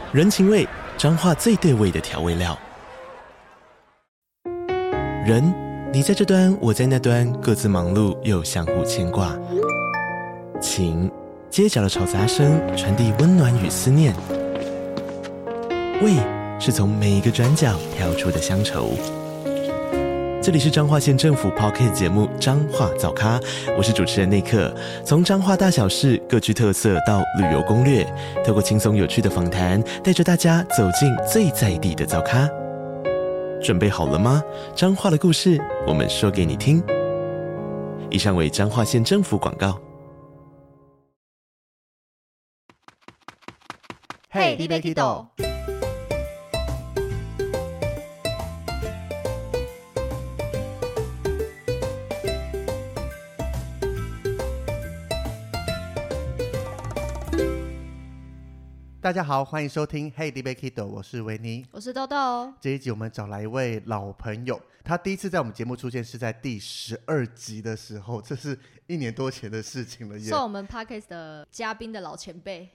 人情味，彰化最对味的调味料。人，你在这端，我在那端，各自忙碌又相互牵挂。情，街角的吵杂声传递温暖与思念。味，是从每一个转角跳出的乡愁。这里是彰化县政府 Podcast 节目《彰化早咖》，我是主持人内克。从彰化大小事各具特色到旅游攻略，透过轻松有趣的访谈，带着大家走进最在地的早咖。准备好了吗？彰化的故事，我们说给你听。以上为彰化县政府广告。 嘿，你要去哪？大家好，欢迎收听 Hey, 你要去哪？我是维尼， 我是豆豆。 这一集我们找来一位老朋友，他第一次在我们节目出现是在第12集的时候，这是1年多前的事情了耶。 算我们 Podcast 的嘉宾的老前辈。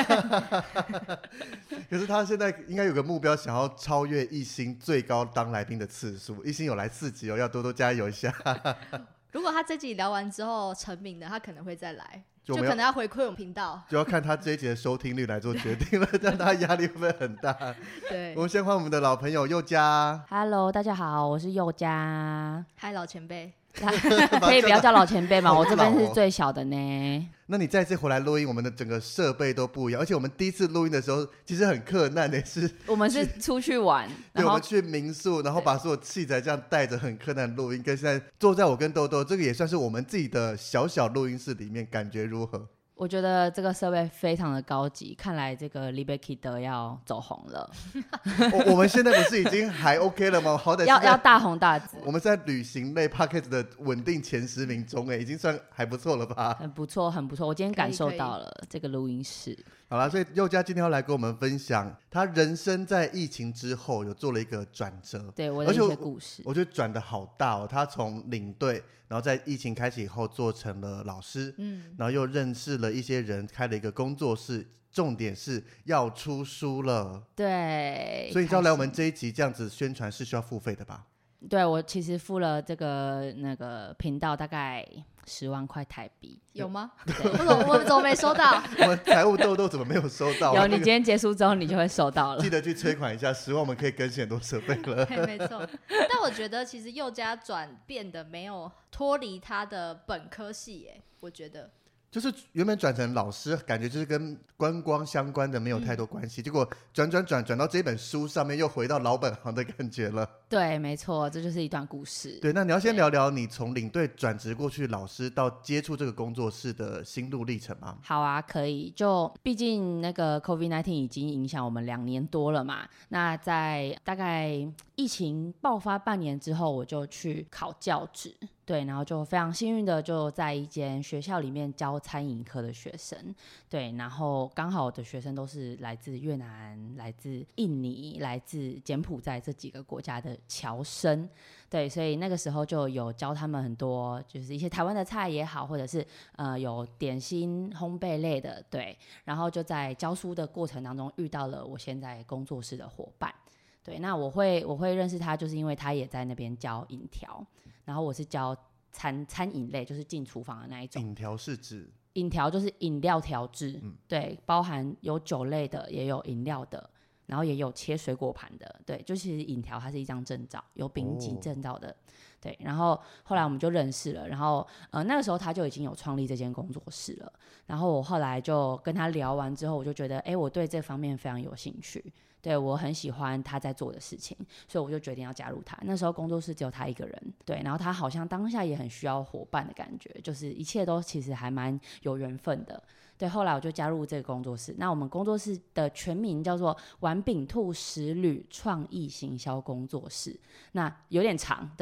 可是他现在应该有个目标，想要超越一星最高当来宾的次数。一星有来4集哦，要多多加油一下。 如果他这集聊完之后成名了，他可能会再来。就可能要回馈我们频道， 就要看他这一集的收听率来做决定了，这样他压力会不会很大？ 对， 我们先欢迎我们的老朋友宥嘉。 Hello， 大家好，我是宥嘉。 嗨，老前辈。 可以不要叫老前辈吗？我这边是最小的呢。 那你再次回来录音，我们的整个设备都不一样，而且我们第一次录音的时候其实很困难的， 我们是出去玩， 对，我们去民宿，然后把所有器材这样带着，很困难录音。跟现在坐在我跟豆豆，这个也算是我们自己的小小录音室里面，感觉如何？ 我觉得这个设备非常的高级，看来这个李贝基德要走红了。 我们现在不是已经还 OK 了吗？好歹要大红大紫。 我们在旅行类 Podcast 的稳定前10名中，已经算还不错了吧？ 很不错，很不错。我今天感受到了这个录音室。 好啦，所以宥嘉今天要来跟我们分享他人生在疫情之后有做了一个转折， 对我的一些故事。 我觉得转得好大哦，他从领队，然后在疫情开始以后做成了老师，然后又认识了一些人，开了一个工作室，重点是要出书了。 对， 所以要来我们这一集这样子宣传是需要付费的吧？ 对，我其实付了这个频道大概10万块台币， 有吗？我们怎么没收到？ 我们财务豆豆怎么没有收到？ 有，你今天结束之后你就会收到了。 记得去催款一下，10万我们可以更新很多设备了。 对，没错。但我觉得其实宥嘉转变的没有脱离他的本科系耶，我觉得。 就是原本转成老师，感觉就是跟观光相关的没有太多关系，结果转到这本书上面，又回到老本行的感觉了。 对，没错，这就是一段故事。 对，那你要先聊聊你从领队转职过去老师到接触这个工作室的心路历程吗？ 好啊，可以。就毕竟那个 COVID-19 已经影响我们2年多了嘛，那在大概疫情爆发半年之后，我就去考教职。对，然后就非常幸运的就在一间学校里面教餐饮科的学生。对，然后刚好我的学生都是来自越南、来自印尼、来自柬埔寨这几个国家的侨生。对，所以那个时候就有教他们很多，就是一些台湾的菜也好，或者是有点心烘焙类的。对，然后就在教书的过程当中遇到了我现在工作室的伙伴。对，那我会认识他，就是因为他也在那边教饮调，然后我是教餐饮类，就是进厨房的那一种。 饮调是指？ 饮调就是饮料调制，对，包含有酒类的，也有饮料的，然后也有切水果盘的。对，就其实饮调它是一张证照，有丙级证照的。对，然后后来我们就认识了，然后那个时候他就已经有创立这间工作室了，然后我后来就跟他聊完之后，我就觉得我对这方面非常有兴趣。对，我很喜欢他在做的事情，所以我就决定要加入他。那时候工作室只有他一个人，对，然后他好像当下也很需要伙伴的感觉，就是一切都其实还蛮有缘分的。对，后来我就加入这个工作室。那我们工作室的全名叫做丸饼兔食旅创意行销工作室，那有点长，对，但是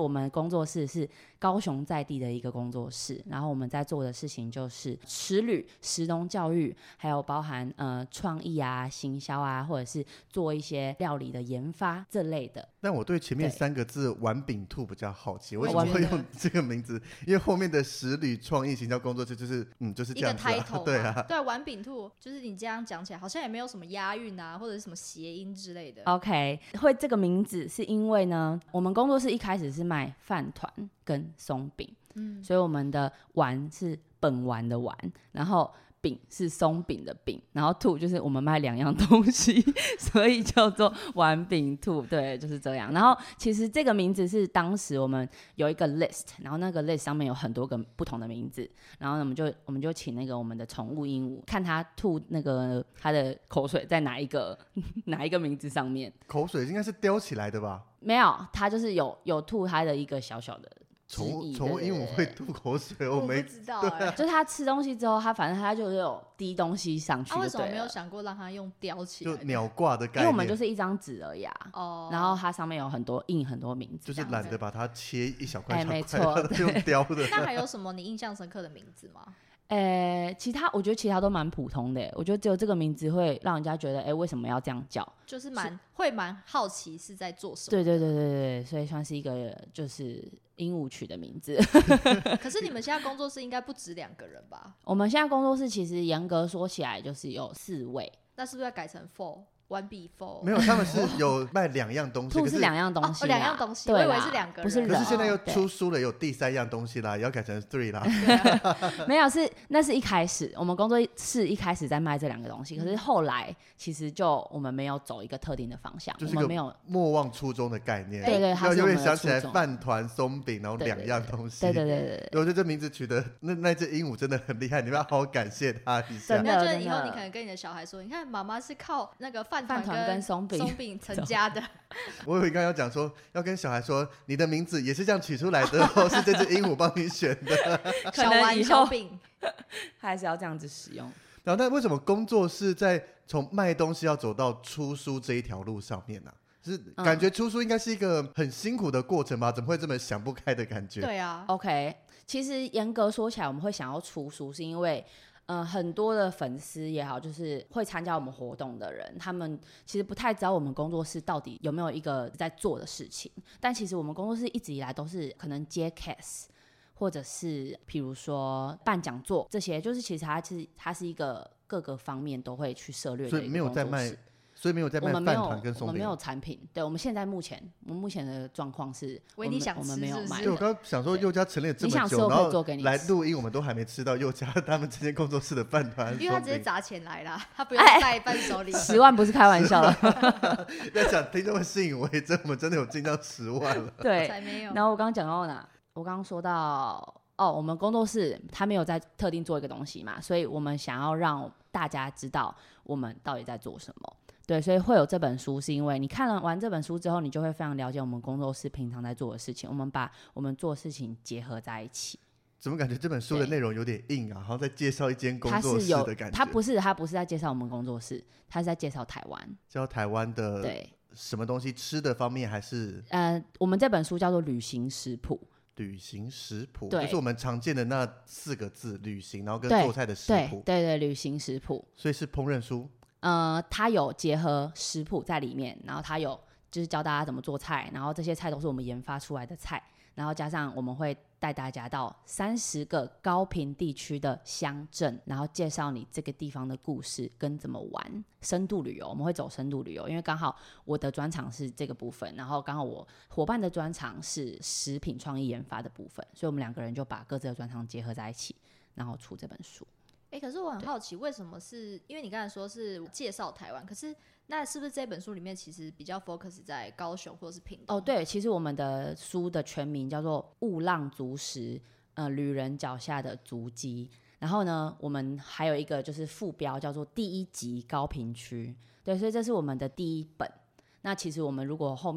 我们工作室是高雄在地的一个工作室，然后我们在做的事情就是食旅、食农教育，还有包含创意啊、行销啊，或者是做一些料理的研发这类的。 但我对前面3个字玩饼兔比较好奇，为什么会用这个名字？因为后面的食旅创意行销工作室就是这样子一个 title 对啊， 对，玩饼兔就是你这样讲起来好像也没有什么押韵啊，或者是什么谐音之类的。 OK， 会这个名字是因为呢，我们工作室一开始是卖饭团跟松饼，所以我们的丸是本丸的丸，然后饼是松饼的饼，然后兔就是我们卖2样东西，所以叫做丸饼兔，对，就是这样。然后其实这个名字是当时我们有一个 list， 然后那个 list 上面有很多个不同的名字，然后我们就请那个我们的宠物鹦鹉，看它吐那个它的口水在哪一个名字上面。 口水应该是叼起来的吧？ 没有，它就是有吐它的一个小小的。 宠物鹦鹉会吐口水， 我不知道就是它吃东西之后，反正它就有滴东西上去就对了。 为什么没有想过让它用叼起来？ 就鸟挂的概念， 因为我们就是一张纸而已啊。然后它上面有印很多名字， 就是懒得把它切一小块小块， 没错， 用叼的。 那还有什么你印象深刻的名字吗？ 我觉得其他都蛮普通的，我觉得只有这个名字会让人家觉得，为什么要这样叫？ 就是蛮好奇是在做什么。 对，所以算是一个就是鹦鹉取的名字。 可是你们现在工作室应该不止2个人吧？ 我们现在工作室其实严格说起来就是有4位， 那是不是要改成 4？1 比 4 没有，他们是有卖2样东西， 兔是2样东西，2 样东西，我以为是2个人， 不是人。 可是现在又出书了，有第3样东西啦，也要改成 3 啦。 没有，那是一开始我们工作室一开始在卖这2个东西，可是后来其实我们没有走一个特定的方向， 就是一个莫忘初衷的概念。 对，它是我们的初衷。 想起来饭团、松饼，然后2样东西。 对， 我觉得这名字取得那只鹦鹉真的很厉害，你们要好好感谢它一下。 真的，就是以后你可能跟你的小孩说，你看妈妈是靠那个饭团跟松饼成家的。 我以为刚刚要讲说，要跟小孩说，你的名字也是这样取出来的，是这只鹦鹉帮你选的。 小丸小饼， 还是要这样子使用。 然后，但为什么工作室在从卖东西要走到出书这一条路上面呢？就是感觉出书应该是一个很辛苦的过程吧？怎么会这么想不开的感觉？ 对啊 ，OK， 其实严格说起来，我们会想要出书，是因为很多的粉丝也好，就是会参加我们活动的人，他们其实不太知道我们工作室到底有没有一个在做的事情。但其实我们工作室一直以来都是可能接 case， 或者是譬如说办讲座这些，就是其实它是一个各个方面都会去涉猎的一个工作室。 所以没有在卖饭团跟松饼， 我们没有产品。对，我们目前的状况是，我们没有卖。 对，我刚刚想说佑嘉成立了这么久，然后来录音，我们都还没吃到佑嘉他们这间工作室的饭团， 因为他直接砸钱来啦，他不用带伴手礼。 10万不是开玩笑的。 在讲听众们信以为真，我们真的有进到10万了。 对， 才没有。 然后我刚刚讲到哪？我刚刚说到我们工作室他没有在特定做一个东西嘛，所以我们想要让大家知道我们到底在做什么。对，所以会有这本书，是因为你看完这本书之后，你就会非常了解我们工作室平常在做的事情。我们把我们做的事情结合在一起。 怎么感觉这本书的内容有点硬啊？好像在介绍一间工作室的感觉。 它不是在介绍我们工作室，它是在介绍台湾。 介绍台湾的对什么东西？吃的方面还是？ 我们这本书叫做旅行食谱。 旅行食谱， 对， 就是我们常见的那4个字，旅行，然后跟做菜的食谱。 对，旅行食谱。 所以是烹饪书。 它有结合食谱在里面，然后它有就是教大家怎么做菜，然后这些菜都是我们研发出来的菜，然后加上我们会带大家到30个高屏地区的乡镇，然后介绍你这个地方的故事跟怎么玩，深度旅游。我们会走深度旅游，因为刚好我的专长是这个部分，然后刚好我伙伴的专长是食品创意研发的部分，所以我们2个人就把各自的专长结合在一起，然后出这本书。 可是我很好奇，为什么是因为你刚才说是介绍台湾，可是那是不是这本书里面其实比较 focus 在高雄或是屏东？ 对，其实我们的书的全名叫做《雾浪足食》，旅人脚下的足迹。然后呢，我们还有一个就是副标叫做第1集高屏区。对，所以这是我们的第1本。那其实我们如果后面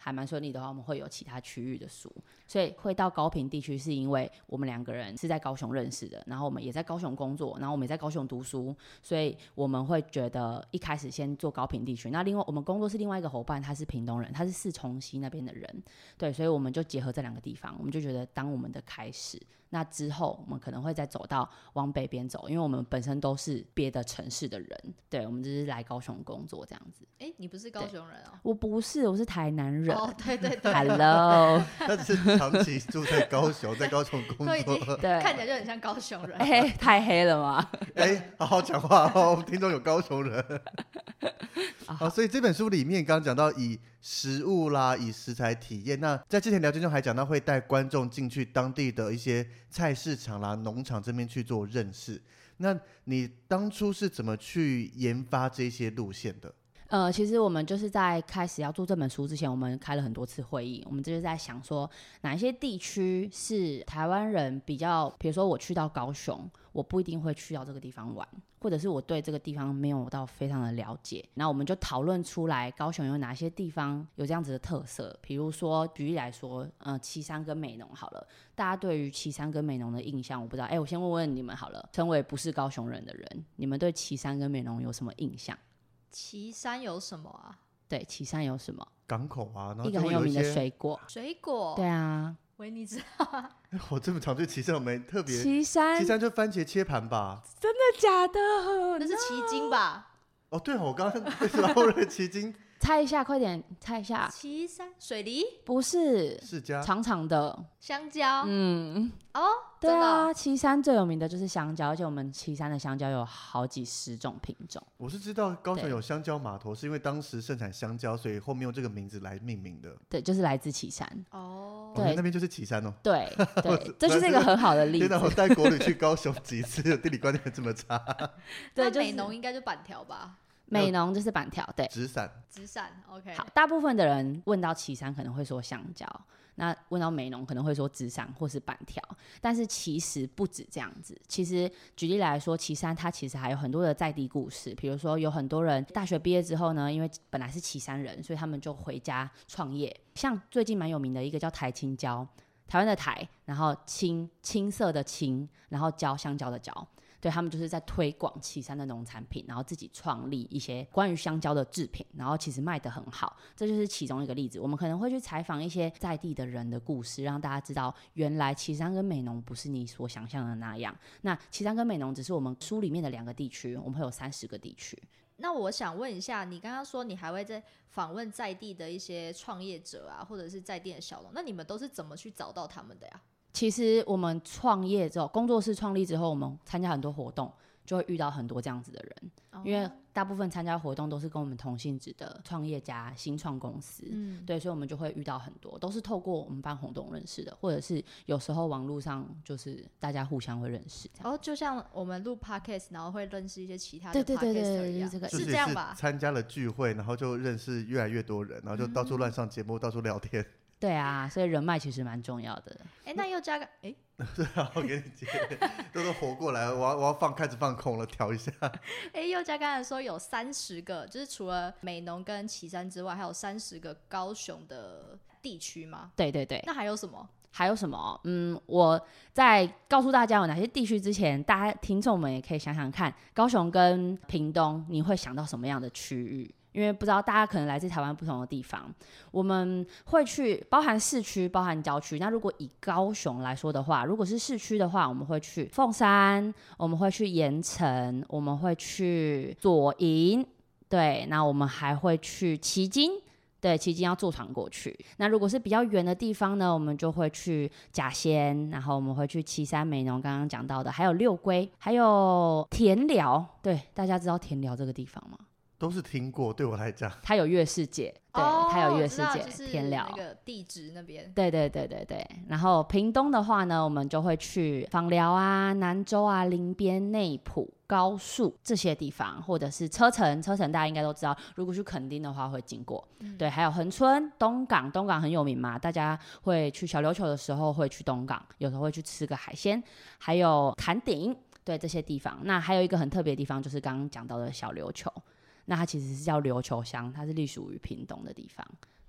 还蛮顺利的话，我们会有其他区域的书，所以会到高屏地区是因为我们2个人是在高雄认识的，然后我们也在高雄工作，然后我们也在高雄读书，所以我们会觉得一开始先做高屏地区。那另外我们工作是另外一个伙伴，他是屏东人，他是四重溪那边的人，对，所以我们就结合这2个地方，我们就觉得当我们的开始。那之后我们可能会再走到往北边走，因为我们本身都是别的城市的人，对，我们就是来高雄工作这样子。 你不是高雄人哦？ 我不是，我是台南人。 哦，对对对 ，Hello， 他只是长期住在高雄，在高雄工都已经作。 对看起来就很像高雄人。 太黑了吗？ 好好讲话哦，我们听众有高雄人。好，所以这本书里面刚刚讲到以食物啦，以食材体验。那在之前聊天中还讲到会带观众进去当地的一些菜市场啦、农场这边去做认识。那你当初是怎么去研发这些路线的？ 其实我们就是在开始要做这本书之前，我们开了很多次会议，我们就是在想说哪一些地区是台湾人比较，比如说我去到高雄，我不一定会去到这个地方玩，或者是我对这个地方没有到非常的了解，然后我们就讨论出来高雄有哪些地方有这样子的特色。比如说举例来说，旗山跟美浓好了，大家对于旗山跟美浓的印象我不知道，我先问问你们好了，身为不是高雄人的人，你们对旗山跟美浓有什么印象？ 旗山有什么啊？ 对，旗山有什么？ 港口啊，然后一个很有名的水果。 水果？ 对啊。 维尼知道吗？ 我这么常去旗山，我没特别。 旗山就番茄切盘吧？ 真的假的？ 那是旗津吧？ 哦，对哦，我刚刚为什么误认旗津？ 猜一下，快点猜一下。 旗山水梨？ 不是， 释迦。 长长的香蕉。 对啊，旗山最有名的就是香蕉，而且我们旗山的香蕉有好几十种品种。 我是知道高雄有香蕉码头，是因为当时盛产香蕉，所以后面用这个名字来命名的。 对，就是来自旗山。 对， 那边就是旗山哦。 对，这就是一个很好的例子。 天哪，我带国旅去高雄几次，地理观念这么差。 对，美浓应该就板条吧。 美浓就是板条，对， 纸伞 ，OK。 好，大部分的人问到旗山可能会说香蕉，那问到美浓可能会说纸伞或是板条，但是其实不止这样子。其实举例来说，旗山它其实还有很多的在地故事，比如说有很多人大学毕业之后呢，因为本来是旗山人，所以他们就回家创业。像最近蛮有名的一个叫台青椒，台湾的台，然后青色的青，然后蕉，香蕉的蕉。对，他们就是在推广旗山的农产品，然后自己创立一些关于香蕉的制品，然后其实卖得很好，这就是其中一个例子。我们可能会去采访一些在地的人的故事，让大家知道原来旗山跟美浓不是你所想象的那样。那旗山跟美浓只是我们书里面的2个地区，我们会有30个地区。 那我想问一下，你刚刚说你还会在访问在地的一些创业者啊，或者是在地的小农，那你们都是怎么去找到他们的呀？ 其实我们创业之后，工作室创立之后，我们参加很多活动，就会遇到很多这样子的人，因为大部分参加活动都是跟我们同性质的创业家、新创公司，对，所以我们就会遇到很多，都是透过我们办活动认识的，或者是有时候网络上就是大家互相会认识这样。 就像我们录 podcast， 然后会认识一些其他的 podcaster 一样， 是这样吧？ 参加了聚会，然后就认识越来越多人，然后就到处乱上节目，到处聊天。 对啊，所以人脉其实蛮重要的。 那又加个对啊，我给你接，都活过来，我要开始放空了，调一下。 佑嘉刚才说有30个，就是除了美浓跟旗山之外，还有30个高雄的地区吗？ 对对对。 那还有什么？ 还有什么？我在告诉大家有哪些地区之前，大家听众们也可以想想看，高雄跟屏东，你会想到什么样的区域？因为不知道大家可能来自台湾不同的地方，我们会去包含市区、包含郊区。那如果以高雄来说的话，如果是市区的话，我们会去凤山，我们会去盐埕，我们会去左营，对，那我们还会去旗津。对，旗津要坐船过去。那如果是比较远的地方呢，我们就会去甲仙，然后我们会去旗山、美浓，刚刚讲到的，还有六龟，还有田寮。对，大家知道田寮这个地方吗？ 都是听过，对我来讲， 它有月世界，对，它有月世界，田寮那个地质那边， 对。然后屏东的话呢，我们就会去枋寮啊、南州啊、林边、内埔、高树这些地方，或者是车城大家应该都知道，如果去垦丁的话会经过，对，还有恒春、东港很有名嘛，大家会去小琉球的时候会去东港，有时候会去吃个海鲜，还有崁顶，对，这些地方。那还有一个很特别的地方，就是刚刚讲到的小琉球。那它其实是叫琉球乡，它是隶属于屏东的地方。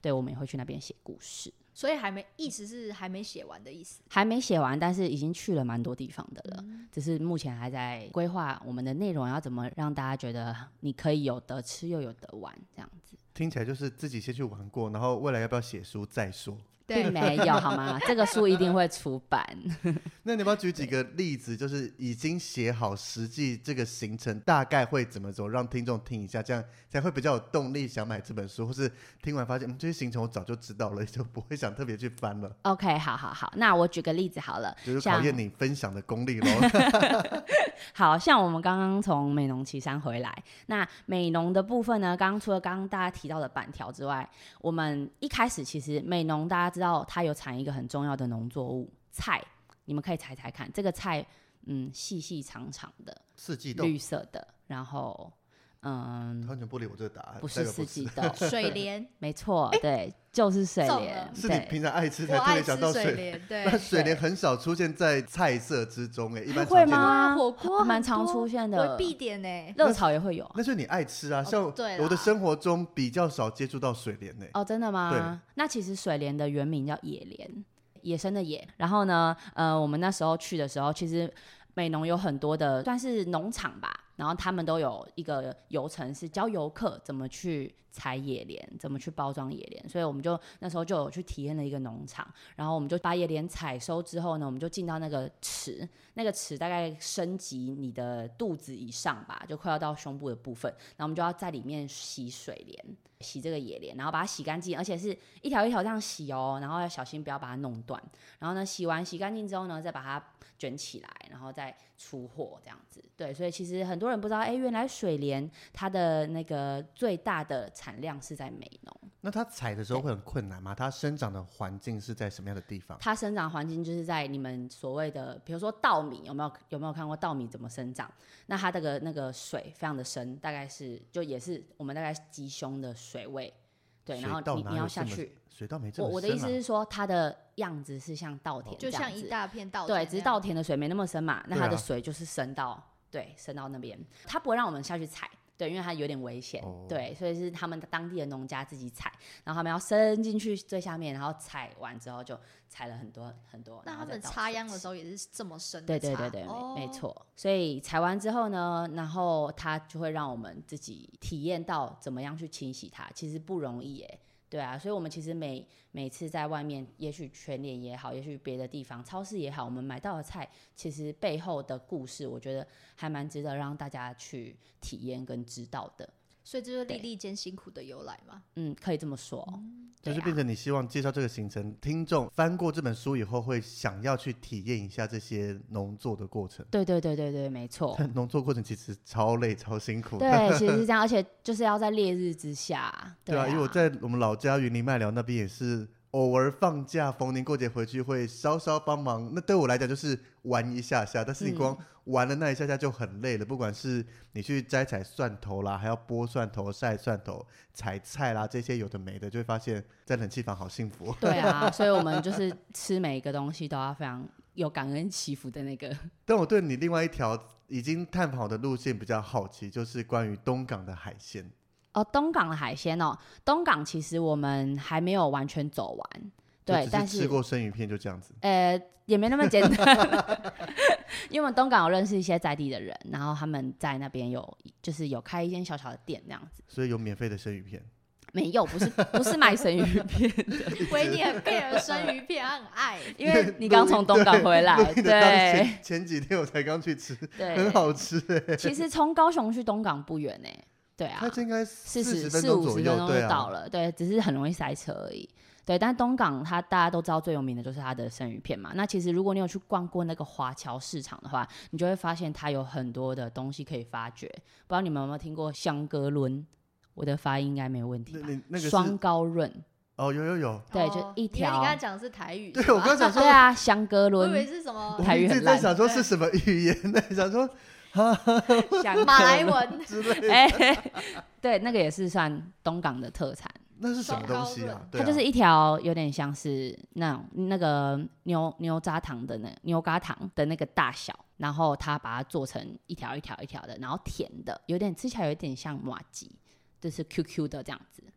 对，我们也会去那边写故事。 所以意思是还没写完的意思， 还没写完，但是已经去了蛮多地方的了，只是目前还在规划我们的内容要怎么让大家觉得你可以有得吃又有得玩这样子。 听起来就是自己先去玩过，然后未来要不要写书再说。 并没有好吗？这个书一定会出版。 那你要不要举几个例子，就是已经写好实际这个行程大概会怎么走，让听众听一下，这样才会比较有动力想买这本书，或是听完发现这些行程我早就知道了，就不会想特别去翻了。 OK， 好，那我举个例子好了， 就是考验你分享的功力咯。 好像我们刚刚从美浓旗山回来，那美浓的部分呢，除了刚刚大家提到的板条之外，我们一开始其实美浓大家知道它有产一个很重要的农作物菜，你们可以猜猜看，这个菜细细长长的， 四季豆， 绿色的，然后完全不理我这个答案， 不是四季豆， 水莲， 没错，对，就是水莲， 是你平常爱吃才特别想到水莲。 对， 那水莲很少出现在菜色之中，一般会吗？ 火锅蛮常出现的， 必点呢， 热炒也会有。 那是你爱吃啊，像对我的生活中比较少接触到水莲呢。 哦，真的吗？ 对， 那其实水莲的原名叫野莲，野生的野。然后呢，我们那时候去的时候，其实美浓有很多的算是农场吧，然后他们都有一个游程是教游客怎么去采野莲，怎么去包装野莲，所以我们就那时候就有去体验了一个农场，然后我们就把野莲采收之后呢，我们就进到那个池，那个池大概升级你的肚子以上吧，就快要到胸部的部分，然后我们就要在里面洗水莲，洗这个野莲，然后把它洗干净，而且是一条一条这样洗哦，然后要小心不要把它弄断，然后呢洗干净之后呢，再把它卷起来，然后再出货这样子。对，所以其实很多人不知道，原来水莲它的那个最大的产量是在美浓。 那它采的时候会很困难吗？它生长的环境是在什么样的地方？ 它生长环境就是在你们所谓的，比如说稻米，有没有看过稻米怎么生长？那它那个水非常的深，大概是也是我们大概鸡胸的水位。对，然后你要下去， 水稻没这么深啊。 我的意思是说，它的样子是像稻田这样子， 就像一大片稻田。 对，只是稻田的水没那么深嘛，那它的水就是深到那边，它不会让我们下去采。对，因为它有点危险，对，所以是他们当地的农家自己采，然后他们要伸进去最下面，然后采完之后就采了很多很多。 那他们插秧的时候也是这么深的插？对，没错。所以采完之后呢，然后它就会让我们自己体验到怎么样去清洗它，其实不容易耶。对啊，所以我们其实每次在外面，也许全联也好，也许别的地方超市也好，我们买到的菜，其实背后的故事，我觉得还蛮值得让大家去体验跟知道的。 所以这就是粒粒间辛苦的由来嘛。 可以这么说。 就是变成你希望介绍这个行程，听众翻过这本书以后会想要去体验一下这些农作的过程。 对，没错。 农作过程其实超累超辛苦的。 对，其实是这样，而且就是要在烈日之下。对啊， 因为我在我们老家云林麦寮那边也是偶尔放假逢年过节回去会稍稍帮忙，那对我来讲就是玩一下下，但是你光玩了那一下下就很累了，不管是你去摘采蒜头啦，还要剥蒜头晒蒜头采菜啦，这些有的没的，就会发现在冷气房好幸福。 对啊，所以我们就是吃每一个东西都要非常有感恩祈福的那个。 但我对你另外一条已经探跑的路线比较好奇，就是关于东港的海鲜。 东港的海鲜哦，东港其实我们还没有完全走完，对，但是吃过生鱼片就这样子， 也没那么简单，因为我们东港有认识一些在地的人，然后他们在那边就是有开一间小小的店这样子， 所以有免费的生鱼片。 没有，不是卖生鱼片的。 维尼很配合生鱼片，他很爱， 因为你刚从东港回来，对， 前几天我才刚去吃， 对， 很好吃其实从高雄去东港不远对啊， 它应该 40-50 分钟左右就到了，对，只是很容易塞车而已。对，但东港大家都知道最有名的就是它的生鱼片嘛。那其实如果你有去逛过那个华侨市场的话，你就会发现它有很多的东西可以发掘。不知道你们有没有听过香格伦？我的发音应该没有问题吧？ 那个双高润。 有， 对，就一条。 因为你刚才讲的是台语， 对，我刚想说， 对啊，香格伦。 我以为是什么台语很烂， 我在想说是什么语言呢？想说马来文之类的。 对，那个也是算东港的特产。 那是什么东西啊？ 它就是一条有点像是那个牛轧糖的牛轧糖的那个大小，然后它把它做成一条一条一条的，然后甜的，吃起来有点像麻糬，就是 QQ 的这样子。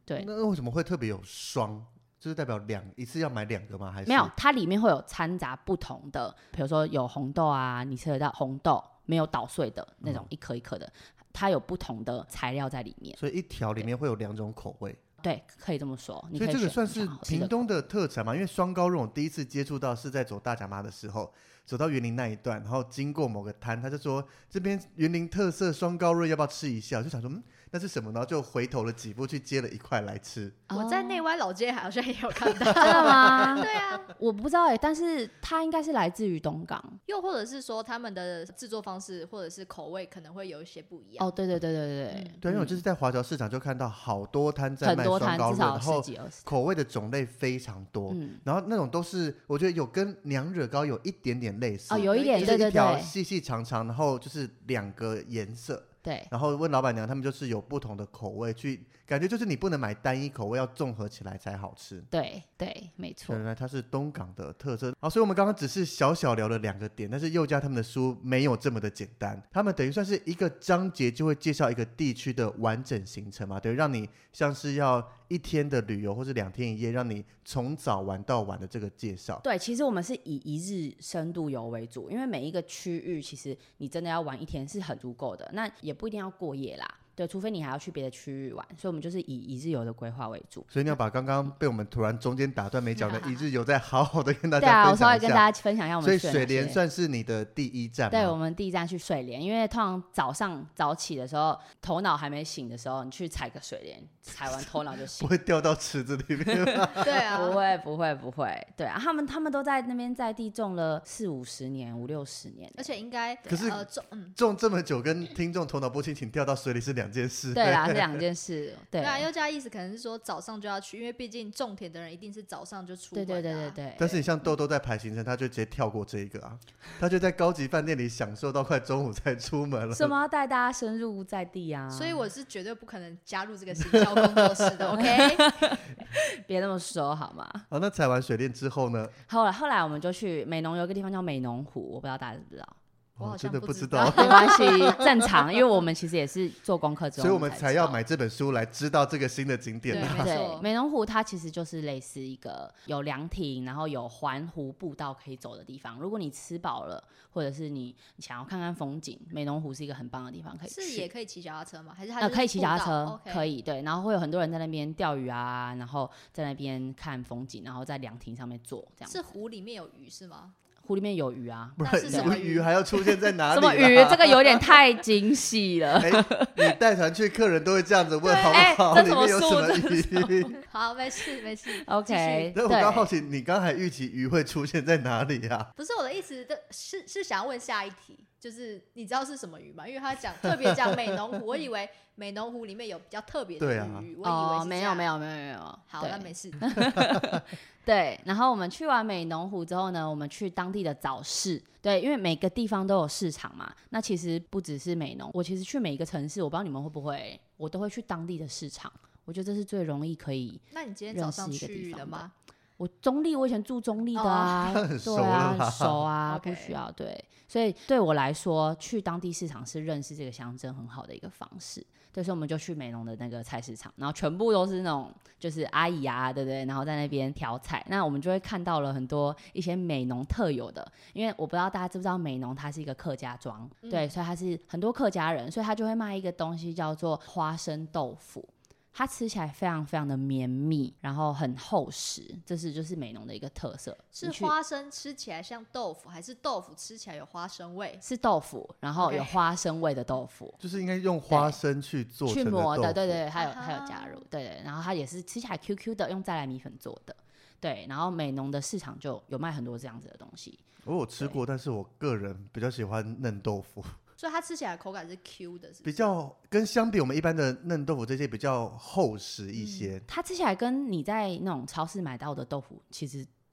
对， 那为什么会特别有双？就是代表一次要买2个吗？还是没有？它里面会有掺杂不同的，比如说有红豆啊，你吃得到红豆没有捣碎的那种一颗一颗的，它有不同的材料在里面， 所以一条里面会有2种口味。 对，可以这么说。 所以这个算是屏东的特产嘛？因为双糕肉我第一次接触到是在走大甲妈的时候，走到园林那一段，然后经过某个摊，他就说这边园林特色双糕肉要不要吃一下？我就想说那是什么？然后就回头了几步去接了一块来吃。 我在内湾老街好像也有看到。 真的吗？ 对啊， 我不知道但是它应该是来自于东港， 又或者是说他们的制作方式或者是口味可能会有一些不一样。 哦，对， 对，因为我就是在华侨市场就看到好多摊在卖双糕肉，然后口味的种类非常多，然后那种都是我觉得有跟娘惹糕有一点点类似， 有一点， 就是一条细细长长，然后就是2个颜色。 对， 然后问老板娘，他们就是有不同的口味，去感觉就是你不能买单一口味，要综合起来才好吃。 对，没错。 原来它是东港的特色。好，所以我们刚刚只是小小聊了2个点，但是宥嘉他们的书没有这么的简单，他们等于算是一个章节就会介绍一个地区的完整行程嘛，等于让你像是要1天的旅游或是2天1夜，让你从早玩到晚的这个介绍。 对，其实我们是以1日深度游为主，因为每一个区域其实你真的要玩1天是很足够的，那也不一定要过夜啦。对，除非你还要去别的区域玩，所以我们就是以1日游的规划为主。 所以你要把刚刚被我们突然中间打断没讲的1日游再好好的跟大家分享一下。 对啊，我稍微跟大家分享一下我们。 所以水莲算是你的第一站吗？ 对，我们第一站去水莲，因为通常早上早起的时候，头脑还没醒的时候，你去采个水莲，采完头脑就醒。 不会掉到池子里面吗？ 对啊， 不会。对啊，他们都在那边在地种了40-50年、50-60年， 而且应该可是种这么久，跟听众头脑不清醒掉到水里是2件事。 对啦，是2件事。对啊，宥嘉意思可能是说早上就要去，因为毕竟种田的人一定是早上就出门的。对。 但是你像豆豆在排行程，他就直接跳过这一个啊，他就在高级饭店里享受到快中午才出门了。 什么要带大家深入在地啊？ 所以我是绝对不可能加入这个行销工作室的。OK， 别那么说好吗？ 好，那采完水莲之后呢？ 后来我们就去美浓，有一个地方叫美浓湖，我不知道大家知不知道。 我好像真的不知道， 没关系，正常，因为我们其实也是做功课之后， 所以我们才要买这本书来知道这个新的景点。 对，美浓湖它其实就是类似一个有凉亭，然后有环湖步道可以走的地方。如果你吃饱了，或者是你想要看看风景，美浓湖是一个很棒的地方可以去。 是也可以骑脚踏车吗？还是它可以骑脚踏车， okay. 可以对。然后会有很多人在那边钓鱼啊，然后在那边看风景，然后在凉亭上面坐这样。 是湖里面有鱼是吗？ 湖里面有鱼啊， 不然什么鱼还要出现在哪里？ 什么鱼？这个有点太精细了。 你带团去，客人都会这样子问，好不好？里面有什么鱼？ 好，没事。 OK。 但我刚好奇，你刚还预期鱼会出现在哪里啊？ 不是我的意思，是想要问下一题，就是你知道是什么鱼吗？因为他特别讲美浓湖，我以为美浓湖里面有比较特别的鱼，我以为是没有。 好，那没事。 对，然后我们去完美浓湖之后呢，我们去当地的早市。对，因为每个地方都有市场嘛。那其实不只是美浓，我其实去每一个城市，我不知道你们会不会，我都会去当地的市场。我觉得这是最容易可以认识一个地方的。 那你今天早上去了吗？ 我中立，我以前住中立的啊， 很熟对啊， 了很熟啊， okay. 不需要对。所以对我来说，去当地市场是认识这个乡镇很好的一个方式。对，所以我们就去美浓的那个菜市场，然后全部都是那种就是阿姨啊，对不对？然后在那边挑菜，那我们就会看到了很多一些美浓特有的，因为我不知道大家知不知道美浓它是一个客家庄，对，所以它是很多客家人，所以他就会卖一个东西叫做花生豆腐。它吃起来非常非常的绵密，然后很厚实，这是就是美浓的一个特色。 是花生吃起来像豆腐，还是豆腐吃起来有花生味？ 是豆腐，然后有花生味的豆腐， 就是应该用花生去做成的豆腐， 去磨的，对，还有加入，对，然后它也是吃起来 QQ 的，用再来米粉做的，对，然后美浓的市场就有卖很多这样子的东西。 我有吃过，但是我个人比较喜欢嫩豆腐。 所以它吃起来口感是 Q 的，是不是？ 比较跟相比我们一般的嫩豆腐这些比较厚实一些。 它吃起来跟你在那种超市买到的豆腐其实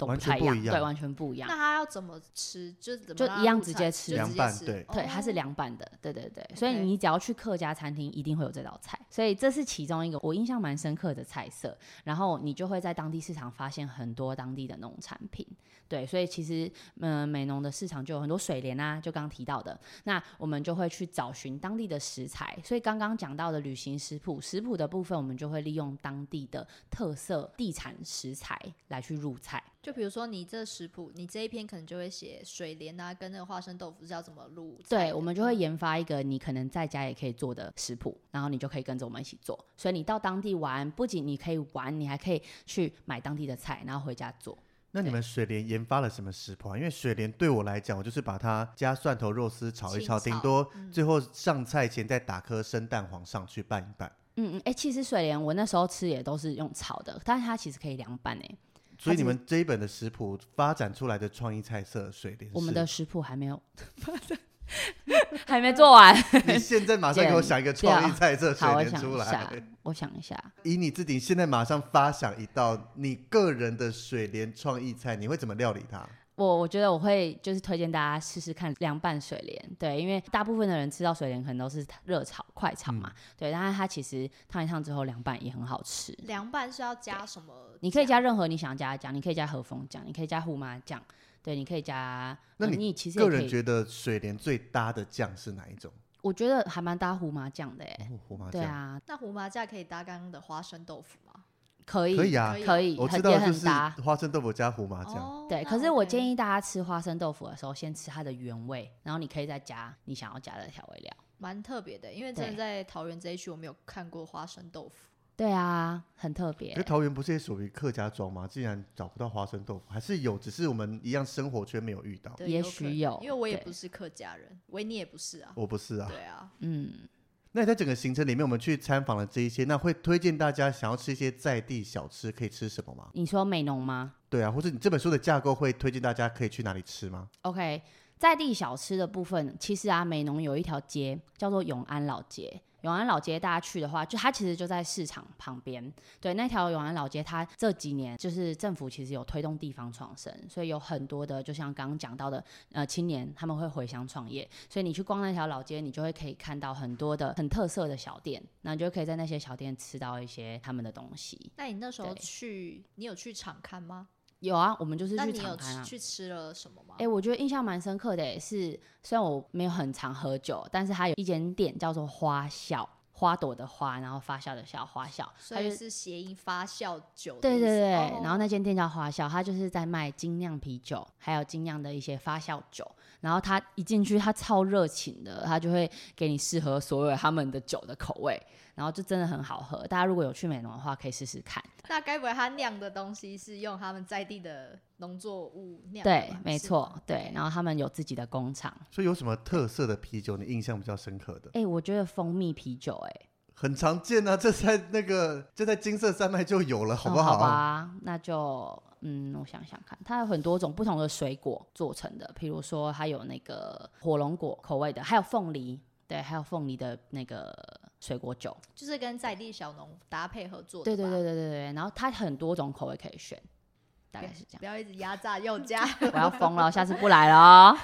都不太一样，对，完全不一样。 那它要怎么吃？就一样直接吃， 凉拌，对， 它是凉拌的，对对对。所以你只要去客家餐厅，一定会有这道菜。所以这是其中一个我印象蛮深刻的菜色。然后你就会在当地市场发现很多当地的农产品，对，所以其实美浓的市场就有很多水莲啊，就刚刚提到的。那我们就会去找寻当地的食材。所以刚刚讲到的旅行食谱的部分，我们就会利用当地的特色地产食材来去入菜。 就比如说你这食谱，你这一篇可能就会写水莲啊，跟那个花生豆腐是要怎么入菜。 对，我们就会研发一个你可能在家也可以做的食谱，然后你就可以跟着我们一起做。所以你到当地玩，不仅你可以玩，你还可以去买当地的菜，然后回家做。 那你们水莲研发了什么食谱啊？因为水莲对我来讲，我就是把它加蒜头肉丝炒一炒，顶多最后上菜前再打颗生蛋黄上去拌一拌。 其实水莲我那时候吃也都是用炒的，但是它其实可以凉拌所以你们这一本的食谱发展出来的创意菜色水莲， 我们的食谱还没有还没做完。 你现在马上给我想一个创意菜色水莲出来。 我想一下， 以你自己现在马上发想一道你个人的水莲创意菜，你会怎么料理它？ 我觉得我会就是推荐大家试试看凉拌水莲，对，因为大部分的人吃到水莲可能都是热炒快炒嘛，对，但是它其实烫一烫之后凉拌也很好吃。 凉拌是要加什么？ 你可以加任何你想加的酱，你可以加和风酱，你可以加胡麻酱，对，你可以加。 那你其实也可以， 个人觉得水莲最搭的酱是哪一种？ 我觉得还蛮搭胡麻酱的胡麻酱， 对啊。 那胡麻酱可以搭刚刚的花生豆腐吗？ 可以啊， 可以， 我知道就是花生豆腐加胡麻酱。 对，可是我建议大家吃花生豆腐的时候，先吃它的原味，然后你可以再加你想要加的调味料。 蛮特别的，因为真的在桃园这一区我没有看过花生豆腐。 对啊，很特别。 可是桃园不是也属于客家庄吗？竟然找不到花生豆腐，还是有，只是我们一样生活圈没有遇到。 也许有， 因为我也不是客家人，维尼也不是啊。 我不是啊。 对啊， 那你在整个行程里面，我们去参访了这一些，那会推荐大家想要吃一些在地小吃，可以吃什么吗？ 你说美浓吗？ 对啊，或者你这本书的架构会推荐大家可以去哪里吃吗 ？OK， 在地小吃的部分，其实啊，美浓有一条街叫做永安老街。永安老街大家去的话，就它其实就在市场旁边。对，那条永安老街，它这几年就是政府其实有推动地方创生，所以有很多的，就像刚刚讲到的，青年他们会回乡创业，所以你去逛那条老街，你就会可以看到很多的很特色的小店，那你就可以在那些小店吃到一些他们的东西。 那你那时候去，你有去场看吗？ 有啊，我们就是去场看啊。 那你有去吃了什么吗？ 我觉得印象蛮深刻的是，虽然我没有很常喝酒，但是它有一间店叫做花笑，花朵的花，然后发酵的酵，花笑， 所以是谐音发酵酒的意思。 对对对，然后那间店叫花笑，它就是在卖精酿啤酒，还有精酿的一些发酵酒。然后他一进去，他超热情的，他就会给你试喝所有他们的酒的口味，然后就真的很好喝。大家如果有去美浓的话，可以试试看。 那该不会他酿的东西是用他们在地的农作物酿的？ 对，没错，对。然后他们有自己的工厂。 所以有什么特色的啤酒你印象比较深刻的？ 我觉得蜂蜜啤酒， 很常见啊，这在金色山脉就有了，好不好？ 好吧，那就我想想看，它有很多种不同的水果做成的，譬如说它有那个火龙果口味的，还有凤梨，对，还有凤梨的那个水果酒， 就是跟在地小农搭配合作的。 对，然后它很多种口味可以选，大概是这样。 不要一直压榨又加， 我要疯了，下次不来了哦。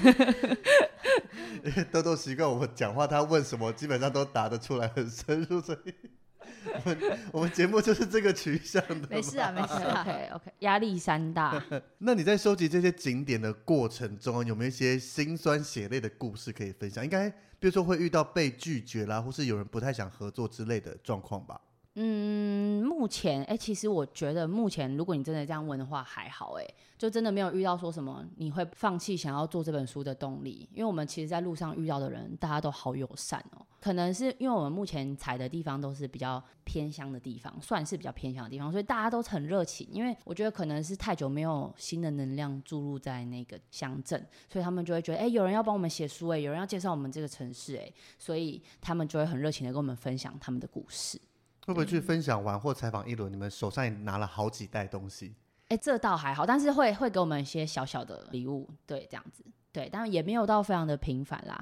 豆豆习惯我们讲话，他问什么基本上都答得出来，很深入，所以我们节目就是这个取向的。 没事啊 ，OK， 压力山大。 那你在收集这些景点的过程中，有没有一些辛酸血泪的故事可以分享？应该比如说会遇到被拒绝啦，或是有人不太想合作之类的状况吧？ 目前其实我觉得目前如果你真的这样问的话还好，就真的没有遇到说什么你会放弃想要做这本书的动力，因为我们其实在路上遇到的人大家都好友善哦。可能是因为我们目前采的地方都是比较偏乡的地方，算是比较偏乡的地方，所以大家都很热情，因为我觉得可能是太久没有新的能量注入在那个乡镇，所以他们就会觉得有人要帮我们写书，有人要介绍我们这个城市，所以他们就会很热情的跟我们分享他们的故事。 会不会去分享完或采访一轮，你们手上也拿了好几袋东西？ 这倒还好，但是会给我们一些小小的礼物，对，这样子，对，但也没有到非常的频繁啦。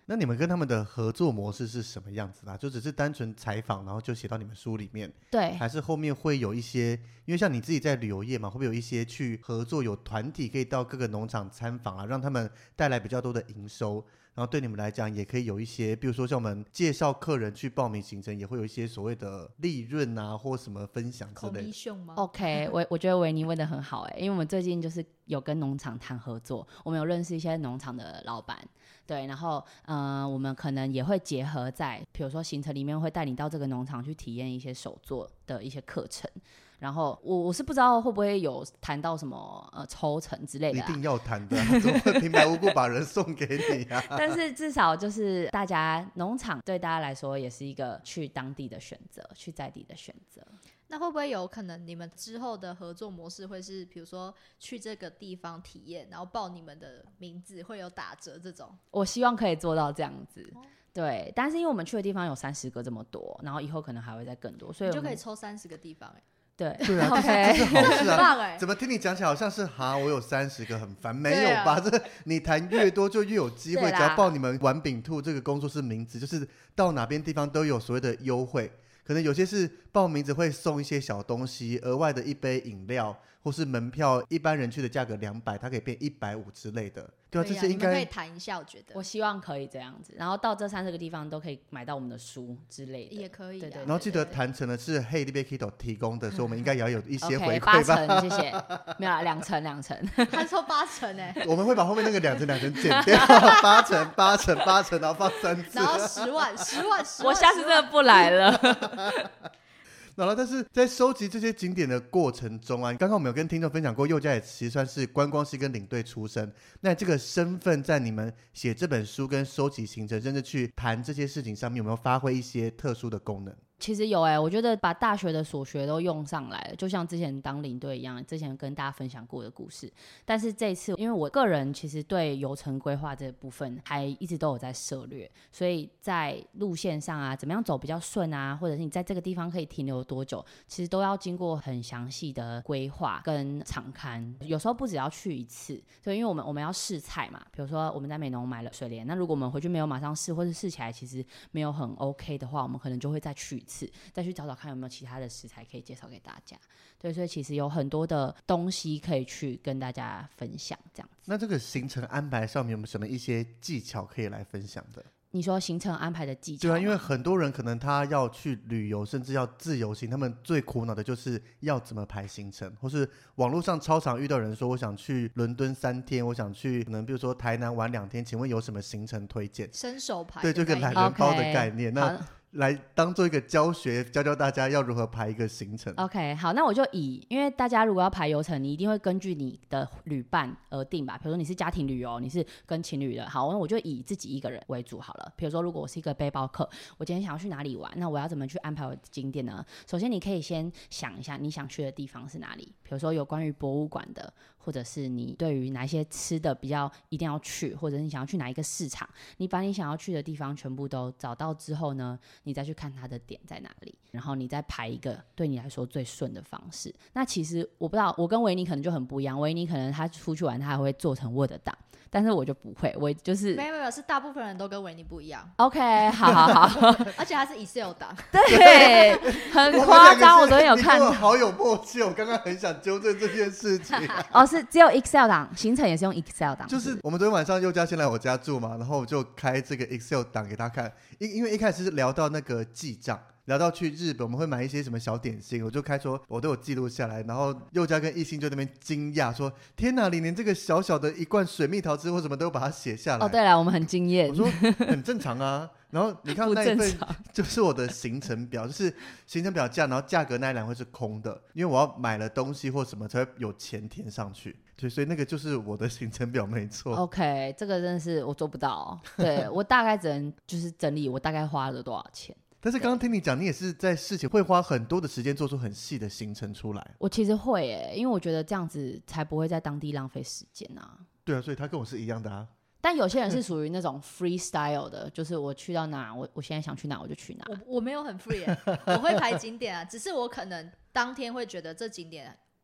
那你们跟他们的合作模式是什么样子的？就只是单纯采访然后就写到你们书里面？ 对， 还是后面会有一些，因为像你自己在旅游业嘛，会不会有一些去合作，有团体可以到各个农场参访啊，让他们带来比较多的营收，然后对你们来讲也可以有一些，比如说像我们介绍客人去报名行程，也会有一些所谓的利润啊或什么分享之类的。 吗 OK， 我觉得维尼问得很好因为我们最近就是有跟农场谈合作，我们有认识一些农场的老板，对，然后我们可能也会结合在比如说行程里面，会带你到这个农场去体验一些手作的一些课程。然后我是不知道会不会有谈到什么抽成之类的， 一定要谈的怎么会平白无故把人送给你啊？ 但是至少就是大家农场对大家来说也是一个去当地的选择，去在地的选择。 那会不会有可能你们之后的合作模式会是比如说去这个地方体验，然后报你们的名字会有打折这种？ 我希望可以做到这样子对，但是因为我们去的地方有30个这么多，然后以后可能还会再更多，所以你就可以抽30个地方对对啊， okay 这是好事啊！ 怎么听你讲起来好像是我有30个很烦？没有吧？这你谈越多就越有机会，只要报你们玩饼兔这个工作室名字，就是到哪边地方都有所谓的优惠。可能有些是报名字会送一些小东西，额外的一杯饮料，或是门票，一般人去的价格200，它可以变150之类的。对啊，这些应该可以谈一下，我觉得。 我希望可以这样子，然后到这30个地方都可以买到我们的书之类的， 也可以。 对对。 然后记得谈成的是 Hey Libby Kito 提供的，所以我们应该也要有一些回馈吧。 8 成，谢谢。没有啦，2成。 他说8成我们会把后面那个2成减掉，8成，然后放3次， 然后10万。 我下次真的不来了。 然后，但是在收集这些景点的过程中啊，刚刚我们有跟听众分享过，宥嘉也其实算是观光师跟领队出身。那这个身份在你们写这本书跟收集行程，甚至去谈这些事情上面，有没有发挥一些特殊的功能？ 其实有我觉得把大学的所学都用上来了，就像之前当领队一样，之前跟大家分享过的故事。但是这一次，因为我个人其实对游程规划这部分还一直都有在涉略，所以在路线上啊，怎么样走比较顺啊，或者是你在这个地方可以停留多久，其实都要经过很详细的规划跟场勘。有时候不只要去一次，对，因为我们要试菜嘛，比如说我们在美浓买了水莲，那如果我们回去没有马上试，或是试起来其实没有很 OK 的话，我们可能就会再去一次，再去找找看有没有其他的食材可以介绍给大家。对，所以其实有很多的东西可以去跟大家分享这样子。 那这个行程安排上面有没有什么一些技巧可以来分享的？ 你说行程安排的技巧？ 对啊，因为很多人可能他要去旅游，甚至要自由行，他们最苦恼的就是要怎么排行程，或是网络上超常遇到人说我想去伦敦3天，我想去可能比如说台南玩2天，请问有什么行程推荐？ 伸手牌， 对，这个懒人包的概念。那来当做一个教学，教大家要如何排一个行程。 OK， 好，那我就因为大家如果要排游程，你一定会根据你的旅伴而定吧。比如说你是家庭旅游，你是跟情侣的，好，那我就以自己一个人为主好了。比如说如果我是一个背包客，我今天想要去哪里玩，那我要怎么去安排我的景点呢？首先你可以先想一下你想去的地方是哪里，比如说有关于博物馆的，或者是你对于哪一些吃的比较一定要去，或者是你想要去哪一个市场，你把你想要去的地方全部都找到之后呢，你再去看它的点在哪里，然后你再排一个对你来说最顺的方式。那其实我不知道，我跟维尼可能就很不一样，维尼可能他出去玩他还会做成 Word 档，但是我就不会，我就是没有，是大部分人都跟维尼不一样。 OK， 好， 而且他是 Excel 档， 对，很夸张。我昨天有看到， 好有默契，我刚刚很想纠正这件事情。 是只有 Excel 档，行程也是用 Excel 档。 就是我们昨天晚上宥嘉先来我家住嘛，然后我就开这个 Excel 档给他看，因为一开始是聊到那个记账，聊到去日本我们会买一些什么小点心，我就开说我都有记录下来，然后宥嘉跟艺兴就在那边惊讶说，天哪，你连这个小小的一罐水蜜桃汁或什么都有把它写下来。 对了，我们很惊艳。 我说很正常啊。然后你看那一份就是我的行程表，就是行程表价，然后价格那一栏会是空的，因为我要买了东西或什么才会有钱填上去。对，所以那个就是我的行程表，没错。 OK， 这个真的是我做不到。对，我大概只能就是整理我大概花了多少钱。 但是刚刚听你讲，你也是在事前会花很多的时间做出很细的行程出来。 我其实会因为我觉得这样子才不会在当地浪费时间啊。 对啊，所以他跟我是一样的啊。 但有些人是属于那种 freestyle 的，就是我去到哪，我现在想去哪我就去哪。 我没有很 free 我会排景点啊，只是我可能当天会觉得这景点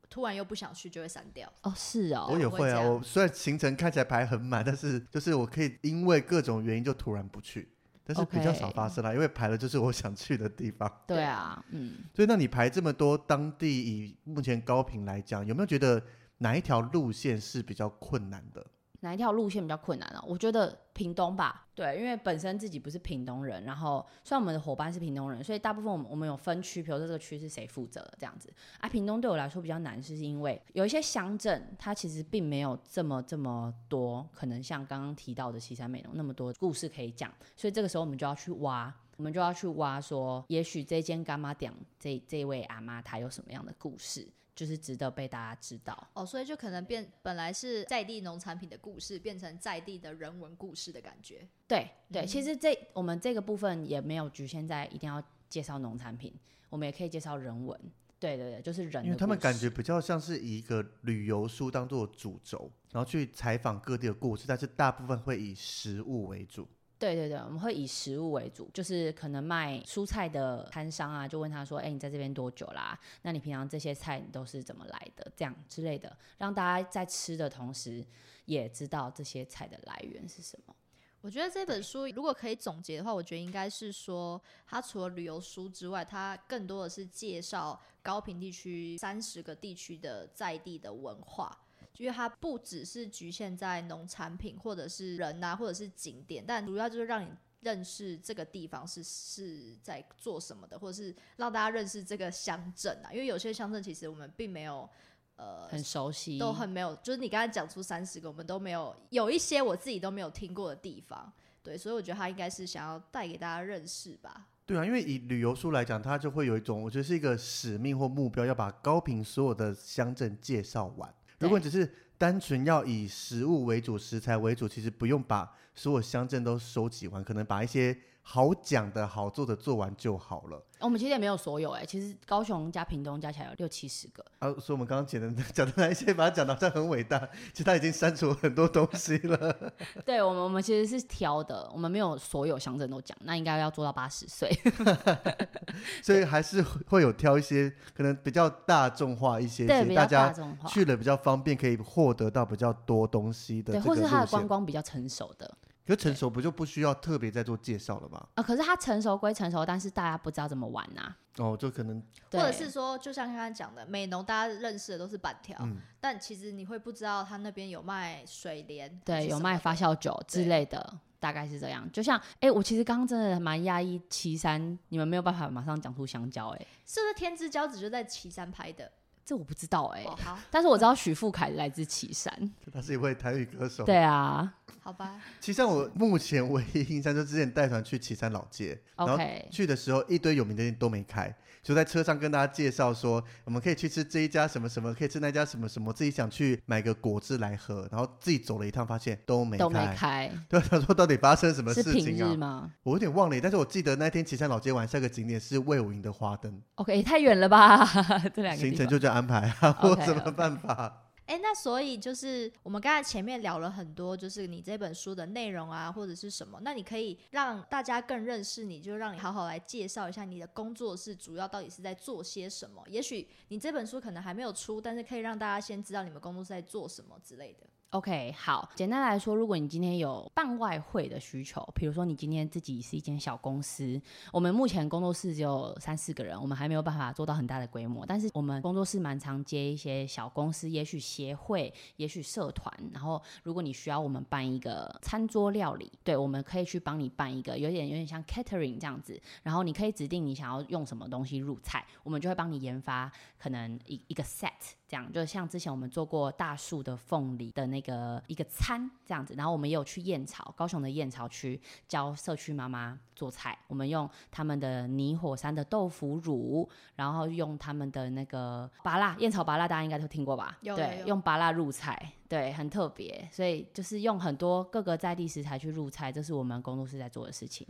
突然又不想去就会删掉。 哦，是哦， 我也会啊。我虽然行程看起来排很满，但是就是我可以因为各种原因就突然不去，但是比较少发生啦，因为排了就是我想去的地方。 对啊， 所以那你排这么多当地，以目前高屏来讲，有没有觉得哪一条路线是比较困难的？ 哪一条路线比较困难呢？我觉得屏东吧，对，因为本身自己不是屏东人，然后虽然我们的伙伴是屏东人，所以大部分我们有分区，比如说这个区是谁负责的这样子啊。屏东对我来说比较难，是因为有一些乡镇它其实并没有这么多，可能像刚刚提到的旗山美浓那么多故事可以讲，所以这个时候我们就要去挖，说也许这间干妈店这位阿妈她有什么样的故事，就是值得被大家知道。 所以就可能本来是在地农产品的故事，变成在地的人文故事的感觉。 对，其实我们这个部分也没有局限在一定要介绍农产品，我们也可以介绍人文。对，就是人的故事。 因为他们感觉比较像是以一个旅游书当作主轴，然后去采访各地的故事，但是大部分会以食物为主。 对，我们会以食物为主，就是可能卖蔬菜的摊商啊，就问他说：“你在这边多久啦？那你平常这些菜你都是怎么来的？这样之类的，让大家在吃的同时也知道这些菜的来源是什么。” 我觉得这本书如果可以总结的话，我觉得应该是说，它除了旅游书之外，它更多的是介绍高屏地区30个地区的在地的文化。因为它不只是局限在农产品或者是人啊或者是景点，但主要就是让你认识这个地方是在做什么的，或者是让大家认识这个乡镇啊。因为有些乡镇其实我们并没有很熟悉， 都很没有，就是你刚才讲出30个我们都没有，有一些我自己都没有听过的地方。对，所以我觉得他应该是想要带给大家认识吧。 对啊，因为以旅游书来讲，它就会有一种我觉得是一个使命或目标，要把高屏所有的乡镇介绍完。如果你只是单纯要以食物为主、食材为主，其实不用把所有乡镇都收集完，可能把一些好讲的好做的做完就好了。 我们其实也没有所有其实高雄加屏东加起来有60-70个所以我们刚刚讲的那一些把它讲得好像很伟大，其实他已经删除很多东西了。 对，我们其实是挑的，我们没有所有乡镇都讲，那应该要做到80岁。 所以还是会有挑一些可能比较大众化一些， 对， 大家去了比较方便，可以获得到比较多东西的这个路线。 对，或是它的观光比较成熟的。 可是成熟不就不需要特别再做介绍了吗？ 可是它成熟归成熟，但是大家不知道怎么玩啊。 就可能或者是说就像刚刚讲的美浓，大家认识的都是板条，但其实你会不知道他那边有卖水莲， 对，有卖发酵酒之类的，大概是这样。就像我其实刚刚真的蛮讶异旗山你们没有办法马上讲出香蕉。 是不是天之骄子就在旗山拍的？ 这我不知道好， 但是我知道许富凯来自旗山， 他是一位台语歌手。 对啊， 好吧。 旗山我目前唯一印象就之前带团去旗山老街，然后去的时候一堆有名的店都没开，就在车上跟大家介绍说我们可以去吃这一家什么什么，可以吃那家什么什么，自己想去买个果汁来喝，然后自己走了一趟发现都没开。对，他说到底发生什么事情啊？ 是平日吗？ 我有点忘了，但是我记得那天旗山老街玩下个景点是魏武营的花灯。 OK， 太远了吧？这两个行程就这样安排啊，我有什么办法？ 那所以就是我们刚才前面聊了很多，就是你这本书的内容啊，或者是什么，那你可以让大家更认识你，就让你好好来介绍一下你的工作室主要到底是在做些什么。也许你这本书可能还没有出，但是可以让大家先知道你们工作室在做什么之类的。 OK， 好，简单来说，如果你今天有办外汇的需求，比如说你今天自己是一间小公司，我们目前工作室只有3-4个人，我们还没有办法做到很大的规模，但是我们工作室蛮常接一些小公司，也许协会，也许社团，然后如果你需要我们办一个餐桌料理，对，我们可以去帮你办一个有点像 catering 这样子，然后你可以指定你想要用什么东西入菜，我们就会帮你研发可能一个 set，这样就像之前我们做过大树的凤梨的那个一个餐这样子，然后我们也有去燕巢，高雄的燕巢区教社区妈妈做菜，我们用他们的泥火山的豆腐乳，然后用他们的那个芭乐，燕巢芭乐大家应该都听过吧？对，用芭乐入菜，对，很特别，所以就是用很多各个在地食材去入菜，这是我们工作室在做的事情。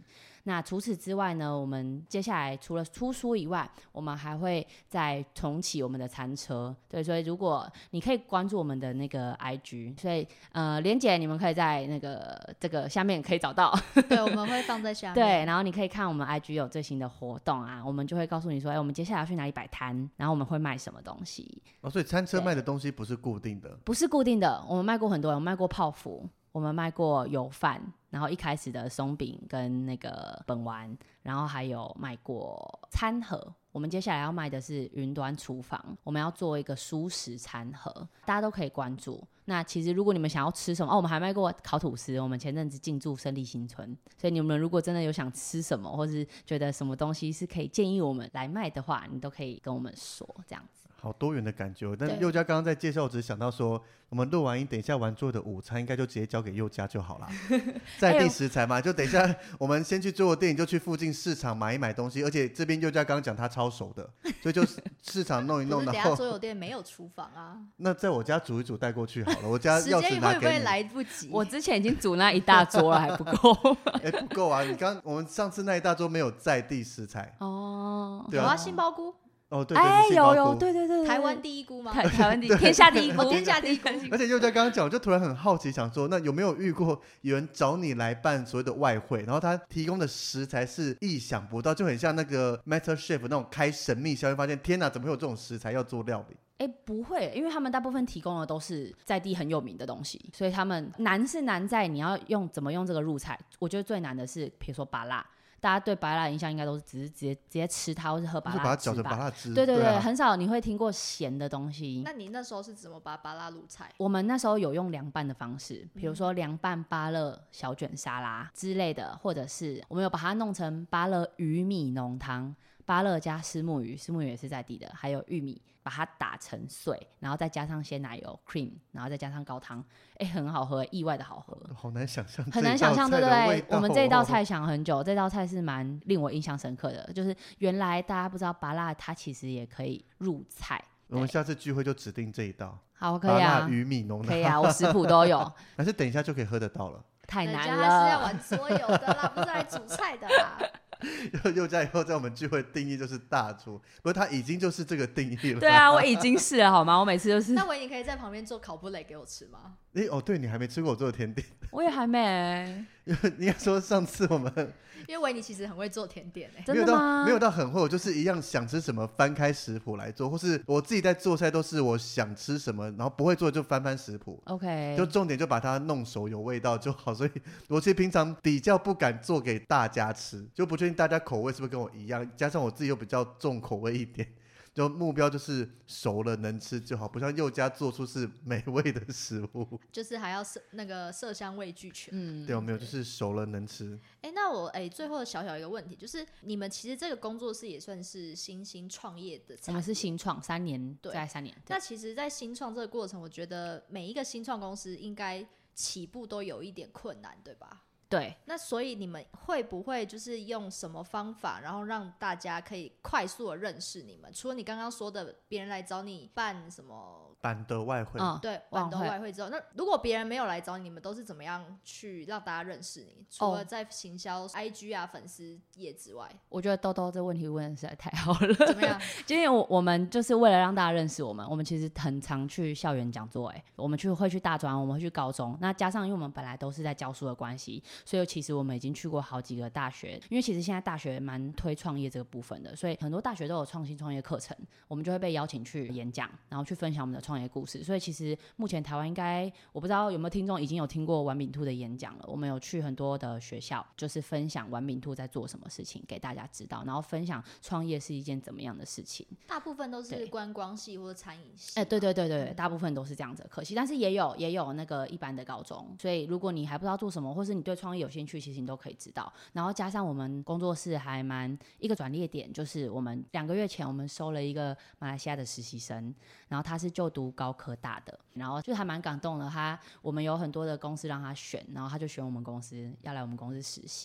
那除此之外呢，我们接下来除了出书以外，我们还会再重启我们的餐车。对，所以如果你可以关注我们的那个 IG， 所以连结你们可以在那个这个下面可以找到。 对，我们会放在下面。 对，然后你可以看我们 IG 有最新的活动啊，我们就会告诉你说，我们接下来要去哪里摆摊，然后我们会卖什么东西。 所以餐车卖的东西不是固定的， 不是固定的，我们卖过很多，我们卖过泡芙，我们卖过油饭，然后一开始的松饼跟那个本丸，然后还有卖过餐盒。我们接下来要卖的是云端厨房，我们要做一个蔬食餐盒，大家都可以关注。那其实如果你们想要吃什么，我们还卖过烤吐司，我们前阵子进驻胜利新村，所以你们如果真的有想吃什么，或是觉得什么东西是可以建议我们来卖的话，你都可以跟我们说，这样子。 好多元的感觉。但佑嘉刚刚在介绍，我只是想到说，我们录完音，等一下完做的午餐应该就直接交给佑嘉就好了。在地食材嘛，就等一下我们先去做个电影，就去附近市场买一买东西。而且这边佑嘉刚刚讲他超熟的，所以就市场弄一弄。 可是等一下桌游店没有厨房啊。 那在我家煮一煮带过去好了，我家钥匙拿给你。 时间会不会来不及？ 我之前已经煮那一大桌了，还不够。 不够啊！我们上次那一大桌没有在地食材。对啊， 有啊，杏鲍菇。 对， 有，对， 台湾第一菇吗？ 台湾第一，天下第一菇， 天下第一菇。 而且佑嘉刚刚讲，我就突然很好奇，想说，那有没有遇过有人找你来办所谓的外汇，然后他提供的食材是意想不到，就很像那个 Master Chef 那种开神秘消息，发现天哪，怎么会有这种食材要做料理？ 不会，因为他们大部分提供的都是在地很有名的东西，所以他们难是难在你要怎么用这个入菜。我觉得最难的是，比如说芭乐。大家对芭乐的印象应该都是只是直接吃它，或是喝芭乐汁吧， 把它搅成芭乐汁。 对，很少你会听过咸的东西。 那你那时候是怎么把芭乐入菜？ 我们那时候有用凉拌的方式，比如说凉拌芭乐小卷沙拉之类的，或者是我们有把它弄成芭乐鱼米浓汤，芭乐加虱目鱼，虱目鱼也是在地的，还有玉米，把它打成碎，然后再加上鲜奶油 cream， 然后再加上高汤，很好喝，意外的好喝。 好难想象， 很难想象，对不对？我们这一道菜想很久，这道菜是蛮令我印象深刻的，就是原来大家不知道芭乐它其实也可以入菜。 我们下次聚会就指定这一道， 好，可以啊， 芭乐鱼米浓汤， 可以啊，我食谱都有。 还是等一下就可以喝得到了？ 太难了， 人家还是要玩桌游的啦，不是来煮菜的啦。 佑嘉以后在我们聚会定义就是大厨，不过他已经就是这个定义了。 对啊，我已经是了好吗？我每次就是。 那维尼可以在旁边做烤布雷给我吃吗？ 对，你还没吃过我做的甜点。 我也还没。 应该说上次我们因为维尼其实很会做甜点真的吗？ 没有到很会，我就是一样想吃什么翻开食谱来做，或是我自己在做菜都是我想吃什么，然后不会做就翻食谱。 OK， 就重点就把它弄熟有味道就好。所以我其实平常比较不敢做给大家吃，就不确定大家口味是不是跟我一样，加上我自己又比较重口味一点。就目标就是熟了能吃就好，不像佑嘉做出是美味的食物， 就是还要那个色香味俱全。 对，没有，就是熟了能吃。 那我最后小一个问题，就是你们其实这个工作室也算是新兴创业的产业， 我们是新创3年，对，在3年。 那其实，在新创这个过程，我觉得每一个新创公司应该起步都有一点困难，对吧？ 对， 那所以你们会不会就是用什么方法，然后让大家可以快速的认识你们？除了你刚刚说的别人来找你办什么板的外汇， 对，板的外汇之后，那如果别人没有来找你们，都是怎么样去让大家认识你？除了在行销 IG 啊、粉丝页之外， 我觉得豆豆这问题问的实在太好了。 怎么样？ 因为我们就是为了让大家认识我们，我们其实很常去校园讲座，我们会去大专，我们会去高中，那加上因为我们本来都是在教书的关系。所以其实我们已经去过好几个大学，因为其实现在大学蛮推创业这个部分的，所以很多大学都有创新创业课程，我们就会被邀请去演讲，然后去分享我们的创业故事。所以其实目前台湾应该，我不知道有没有听众已经有听过玩饼兔的演讲了，我们有去很多的学校，就是分享玩饼兔在做什么事情给大家知道，然后分享创业是一件怎么样的事情。 大部分都是观光系或者餐饮系， 对，大部分都是这样子，可惜，但是也有那个一般的高中，所以如果你还不知道做什么，或是你对创业有兴趣，其实你都可以知道。然后加上我们工作室还蛮一个转捩点，就是我们2个月前我们收了一个马来西亚的实习生，然后他是就读高科大的，然后就还蛮感动的。我们有很多的公司让他选，然后他就选我们公司，要来我们公司实习。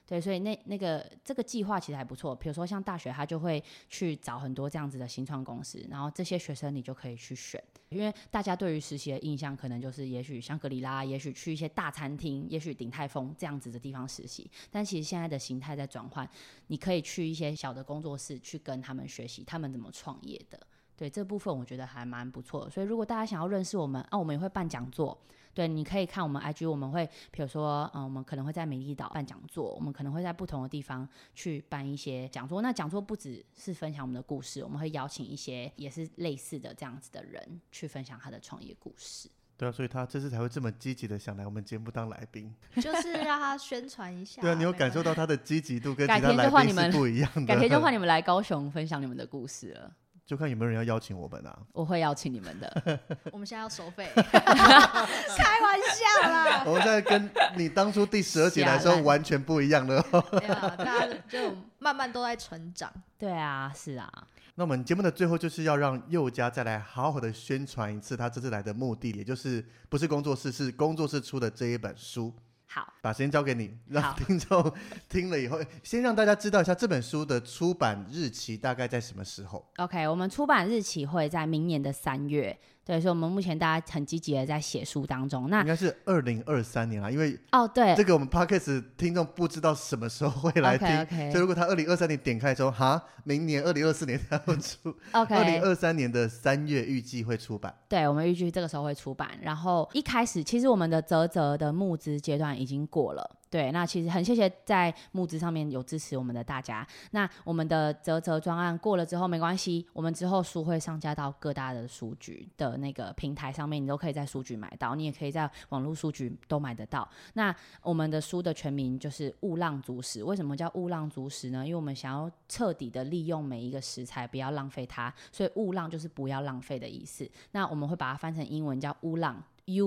对，所以这个计划其实还不错。比如说像大学，他就会去找很多这样子的新创公司，然后这些学生你就可以去选，因为大家对于实习的印象可能就是也许香格里拉，也许去一些大餐厅，也许鼎泰丰这样子的地方实习，但其实现在的形态在转换，你可以去一些小的工作室去跟他们学习他们怎么创业的。对，这部分我觉得还蛮不错的。所以如果大家想要认识我们我们也会办讲座。对，你可以看我们 IG， 我们会比如说我们可能会在美丽岛办讲座，我们可能会在不同的地方去办一些讲座。那讲座不只是分享我们的故事，我们会邀请一些也是类似的这样子的人去分享他的创业故事。 对啊，所以他这次才会这么积极的想来我们节目当来宾， 就是让他宣传一下。 对啊，你有感受到他的积极度跟其他来宾是不一样的。 改天就换你们来高雄分享你们的故事了。 就看有没有人要邀请我们啊。 我会邀请你们的。 我们现在要收费。开玩笑啦。 我们现在跟你当初第12集来的时候完全不一样了。 对啊，大家就慢慢都在成长。 对啊，是啊。 那我们节目的最后就是要让宥嘉再来好好的宣传一次他这次来的目的，也就是不是工作室，是工作室出的这一本书。 好， 把时间交给你，让听众听了以后，先让大家知道一下这本书的出版日期大概在什么时候。 OK， 我们出版日期会在明年的3月。对，所以我们目前大家很积极的在写书当中。那应该是2023年啦，因为对， 这个我们 Podcast 听众不知道什么时候会来听， okay. 所以如果他2023年点开之后，明年2024年才会出。 OK， 2023年的3月预计会出版。 对，我们预计这个时候会出版。然后一开始其实我们的嘖的募资阶段已经过了。对，那其实很谢谢在募资上面有支持我们的大家。那我们的嘖专案过了之后没关系，我们之后书会上架到各大的书局的那个平台上面，你都可以在书局买到，你也可以在网络书局都买得到。那我们的书的全名就是勿浪足食。为什么叫勿浪足食呢？因为我们想要彻底的利用每一个食材，不要浪费它，所以勿浪就是不要浪费的意思。那我们会把它翻成英文叫乌浪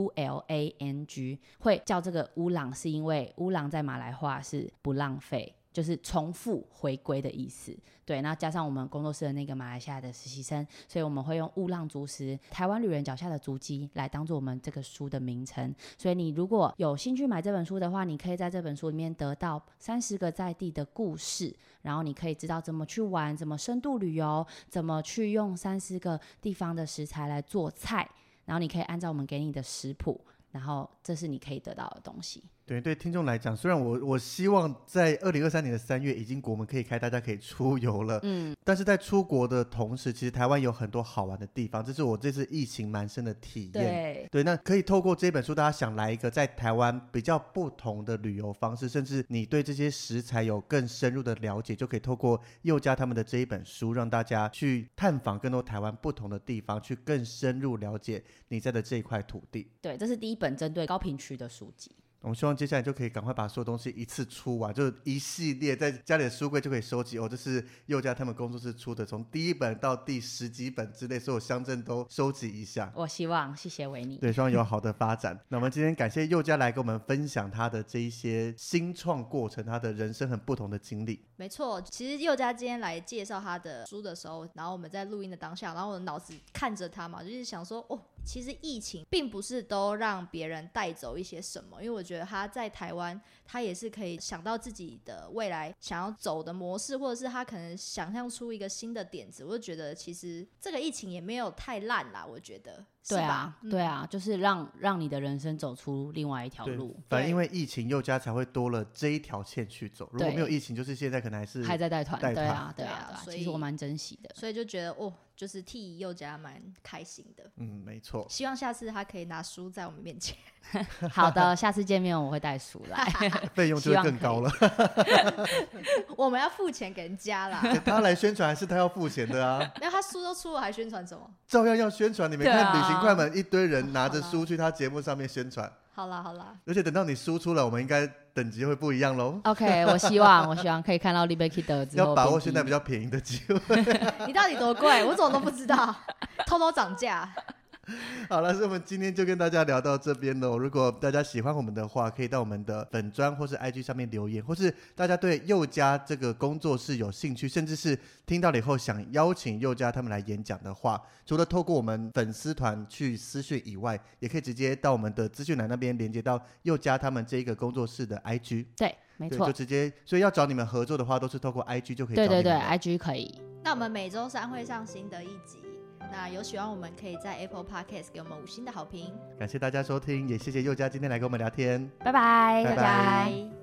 ，ULANG， 会叫这个乌朗是因为乌朗在马来话是不浪费，就是重复回归的意思。对，那加上我们工作室的那个马来西亚的实习生，所以我们会用勿浪足食，台湾旅人脚下的足迹来当做我们这个书的名称。所以你如果有兴趣买这本书的话，你可以在这本书里面得到30个在地的故事，然后你可以知道怎么去玩，怎么深度旅游，怎么去用30个地方的食材来做菜，然后你可以按照我们给你的食谱，然后这是你可以得到的东西。 对听众来讲，虽然我希望在2023年的3月已经国门可以开，大家可以出游了，但是在出国的同时，其实台湾有很多好玩的地方，这是我这次疫情蛮深的体验。对，那可以透过这本书，大家想来一个在台湾比较不同的旅游方式，甚至你对这些食材有更深入的了解，就可以透过宥嘉他们的这一本书，让大家去探访更多台湾不同的地方，去更深入了解你在的这一块土地。 对，这是第一本针对高屏区的书籍。 我们希望接下来就可以赶快把所有东西一次出完，就一系列在家里的书柜就可以收集。这是宥嘉他们工作室出的，从第1本到第10几本之类，所有乡镇都收集一下。 我希望，谢谢维尼。 对，希望有好的发展。那我们今天感谢宥嘉来跟我们分享他的这一些新创过程，他的人生很不同的经历。 没错，其实宥嘉今天来介绍他的书的时候，然后我们在录音的当下，然后我的脑子看着他嘛，就是想说其实疫情并不是都让别人带走一些什么，因为我觉得他在台湾，他也是可以想到自己的未来想要走的模式，或者是他可能想象出一个新的点子。我就觉得其实这个疫情也没有太烂啦，我觉得。 对啊，对啊，就是让你的人生走出另外一条路。 反正因为疫情，宥嘉才会多了这一条线去走。如果没有疫情，就是现在可能还在带团。对啊， 所以其实我蛮珍惜的。 所以就觉得就是替宥嘉蛮开心的。 没错。 希望下次他可以拿书在我们面前。 好的，下次见面我会带书来。 费用就会更高了。 我们要付钱给人家啦。 他来宣传还是他要付钱的啊？ 那他书都出了，还宣传什么？ 照样要宣传。你们看旅行快门一堆人拿着书去他节目上面宣传。 好啦， 而且等到你书出了，我们应该等级会不一样咯。 OK， 我希望可以看到 Liberty 的之后要把握现在比较便宜的机会。 你到底多贵？我怎么都不知道，偷偷涨价。 好了，所以我们今天就跟大家聊到这边了。如果大家喜欢我们的话，可以到我们的粉专或是 IG 上面留言，或是大家对宥嘉这个工作室有兴趣，甚至是听到了以后想邀请宥嘉他们来演讲的话，除了透过我们粉丝团去私讯以外，也可以直接到我们的资讯栏那边连接到宥嘉他们这一个工作室的 IG。 对， 没错， 就直接，所以要找你们合作的话，都是透过 IG 就可以找对对对你们了。 ，IG 可以。 那我们每周三会上新的一集，那有喜欢我们可以在 Apple Podcast 给我们5星的好评。 感谢大家收听，也谢谢宥嘉今天来跟我们聊天。 拜拜， 拜拜拜拜。